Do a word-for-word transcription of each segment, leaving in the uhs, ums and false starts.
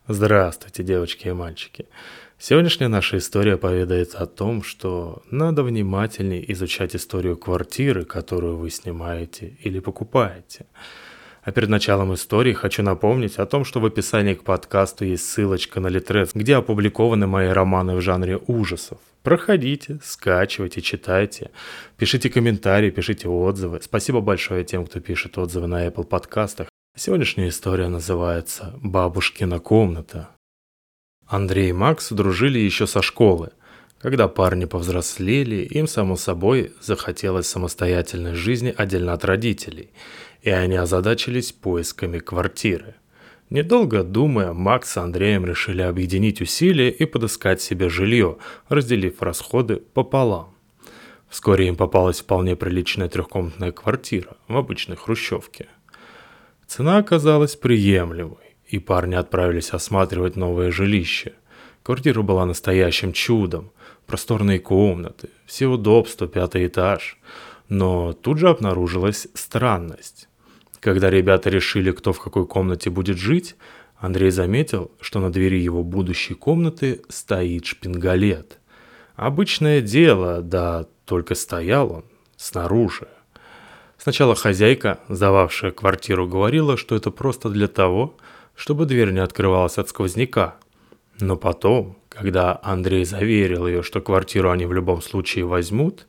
Здравствуйте, девочки и мальчики. Сегодняшняя наша история поведает о том, что надо внимательнее изучать историю квартиры, которую вы снимаете или покупаете. А перед началом истории хочу напомнить о том, что в описании к подкасту есть ссылочка на Литрес, где опубликованы мои романы в жанре ужасов. Проходите, скачивайте, читайте, пишите комментарии, пишите отзывы. Спасибо большое тем, кто пишет отзывы на Apple подкастах. Сегодняшняя история называется «Бабушкина комната». Андрей и Макс дружили еще со школы. Когда парни повзрослели, им, само собой, захотелось самостоятельной жизни отдельно от родителей, и они озадачились поисками квартиры. Недолго думая, Макс с Андреем решили объединить усилия и подыскать себе жилье, разделив расходы пополам. Вскоре им попалась вполне приличная трехкомнатная квартира в обычной хрущевке. Цена оказалась приемлемой, и парни отправились осматривать новое жилище. Квартира была настоящим чудом, просторные комнаты, все удобства, пятый этаж. Но тут же обнаружилась странность. Когда ребята решили, кто в какой комнате будет жить, Андрей заметил, что на двери его будущей комнаты стоит шпингалет. Обычное дело, да только стоял он снаружи. Сначала хозяйка, сдававшая квартиру, говорила, что это просто для того, чтобы дверь не открывалась от сквозняка. Но потом, когда Андрей заверил ее, что квартиру они в любом случае возьмут,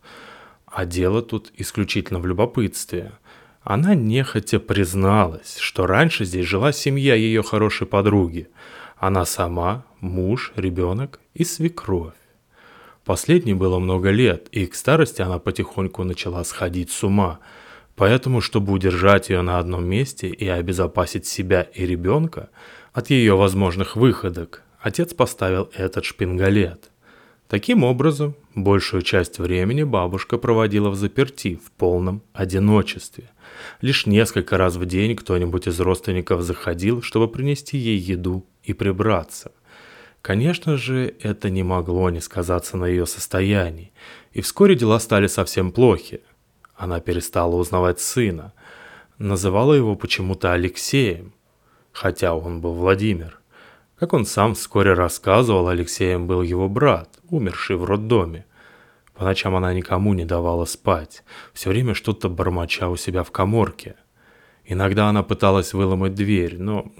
а дело тут исключительно в любопытстве, она нехотя призналась, что раньше здесь жила семья ее хорошей подруги. Она сама, муж, ребенок и свекровь. Последней было много лет, и к старости она потихоньку начала сходить с ума. Поэтому, чтобы удержать ее на одном месте и обезопасить себя и ребенка от ее возможных выходок, отец поставил этот шпингалет. Таким образом, большую часть времени бабушка проводила взаперти в полном одиночестве. Лишь несколько раз в день кто-нибудь из родственников заходил, чтобы принести ей еду и прибраться. Конечно же, это не могло не сказаться на ее состоянии, и вскоре дела стали совсем плохи. Она перестала узнавать сына, называла его почему-то Алексеем, хотя он был Владимир. Как он сам вскоре рассказывал, Алексеем был его брат, умерший в роддоме. По ночам она никому не давала спать, все время что-то бормоча у себя в каморке. Иногда она пыталась выломать дверь, но,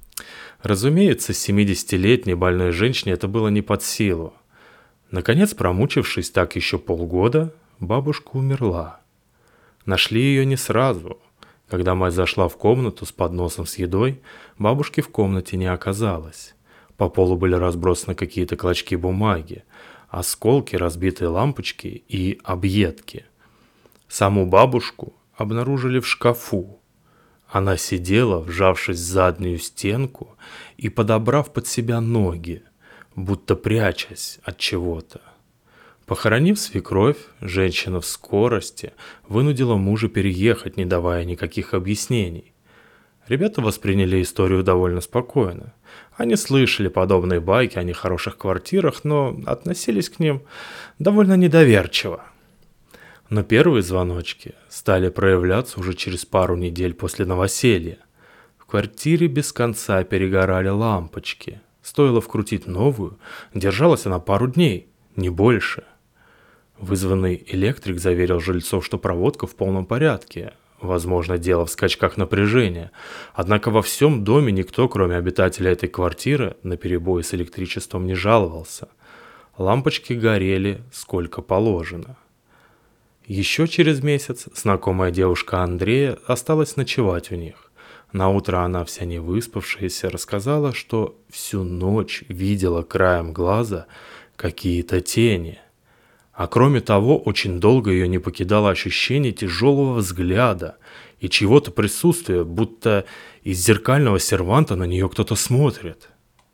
разумеется, семидесятилетней больной женщине это было не под силу. Наконец, промучившись так еще полгода, бабушка умерла. Нашли ее не сразу. Когда мать зашла в комнату с подносом с едой, бабушки в комнате не оказалось. По полу были разбросаны какие-то клочки бумаги, осколки, разбитые лампочки и объедки. Саму бабушку обнаружили в шкафу. Она сидела, вжавшись в заднюю стенку и подобрав под себя ноги, будто прячась от чего-то. Похоронив свекровь, женщина в скорости вынудила мужа переехать, не давая никаких объяснений. Ребята восприняли историю довольно спокойно. Они слышали подобные байки о нехороших квартирах, но относились к ним довольно недоверчиво. Но первые звоночки стали проявляться уже через пару недель после новоселья. В квартире без конца перегорали лампочки. Стоило вкрутить новую, держалась она пару дней, не больше. Вызванный электрик заверил жильцов, что проводка в полном порядке. Возможно, дело в скачках напряжения. Однако во всем доме никто, кроме обитателя этой квартиры, на перебои с электричеством не жаловался. Лампочки горели сколько положено. Еще через месяц знакомая девушка Андрея осталась ночевать у них. Наутро она, вся невыспавшаяся, рассказала, что всю ночь видела краем глаза какие-то тени. А кроме того, очень долго ее не покидало ощущение тяжелого взгляда и чего-то присутствия, будто из зеркального серванта на нее кто-то смотрит.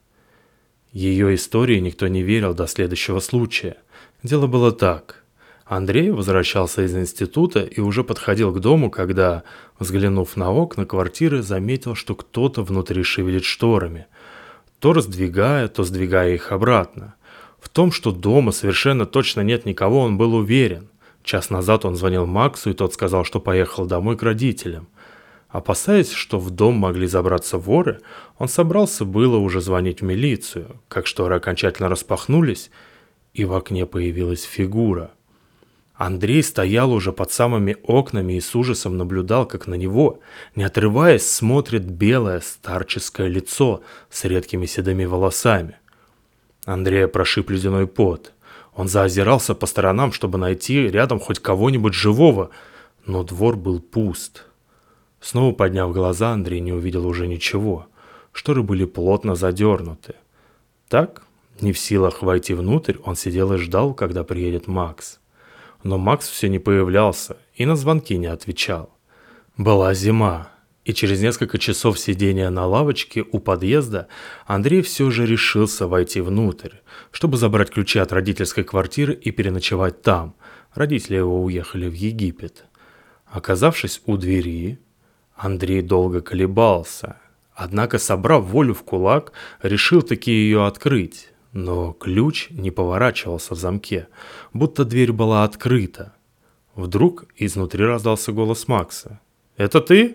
Ее истории никто не верил до следующего случая. Дело было так. Андрей возвращался из института и уже подходил к дому, когда, взглянув на окна квартиры, заметил, что кто-то внутри шевелит шторами, то раздвигая, то сдвигая их обратно. В том, что дома совершенно точно нет никого, он был уверен. Час назад он звонил Максу, и тот сказал, что поехал домой к родителям. Опасаясь, что в дом могли забраться воры, он собрался было уже звонить в милицию, как шторы окончательно распахнулись, и в окне появилась фигура. Андрей стоял уже под самыми окнами и с ужасом наблюдал, как на него, не отрываясь, смотрит белое старческое лицо с редкими седыми волосами. Андрея прошиб ледяной пот. Он заозирался по сторонам, чтобы найти рядом хоть кого-нибудь живого, но двор был пуст. Снова подняв глаза, Андрей не увидел уже ничего. Шторы были плотно задернуты. Так, не в силах войти внутрь, он сидел и ждал, когда приедет Макс. Но Макс все не появлялся и на звонки не отвечал. Была зима, и через несколько часов сидения на лавочке у подъезда Андрей все же решился войти внутрь, чтобы забрать ключи от родительской квартиры и переночевать там. Родители его уехали в Египет. Оказавшись у двери, Андрей долго колебался, однако, собрав волю в кулак, решил таки ее открыть. Но ключ не поворачивался в замке, будто дверь была открыта. Вдруг изнутри раздался голос Макса. «Это ты?»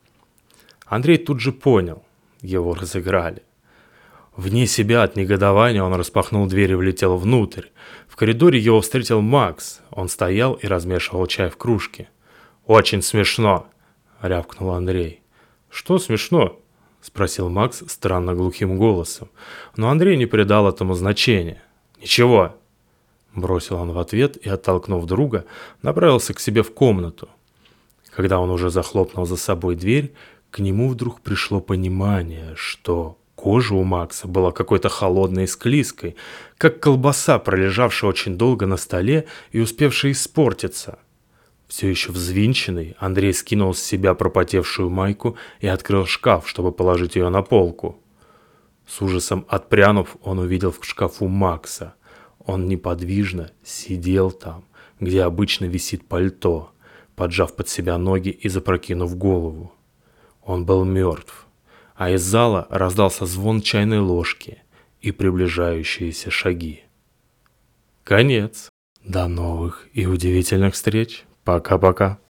Андрей тут же понял, его разыграли. Вне себя от негодования он распахнул дверь и влетел внутрь. В коридоре его встретил Макс. Он стоял и размешивал чай в кружке. «Очень смешно!» — рявкнул Андрей. «Что смешно?» — спросил Макс странно глухим голосом, но Андрей не придал этому значения. «Ничего!» — бросил он в ответ и, оттолкнув друга, направился к себе в комнату. Когда он уже захлопнул за собой дверь, к нему вдруг пришло понимание, что кожа у Макса была какой-то холодной и склизкой, как колбаса, пролежавшая очень долго на столе и успевшая испортиться. Все еще взвинченный, Андрей скинул с себя пропотевшую майку и открыл шкаф, чтобы положить ее на полку. С ужасом отпрянув, он увидел в шкафу Макса. Он неподвижно сидел там, где обычно висит пальто, поджав под себя ноги и запрокинув голову. Он был мертв, а из зала раздался звон чайной ложки и приближающиеся шаги. Конец. До новых и удивительных встреч. Пока-пока.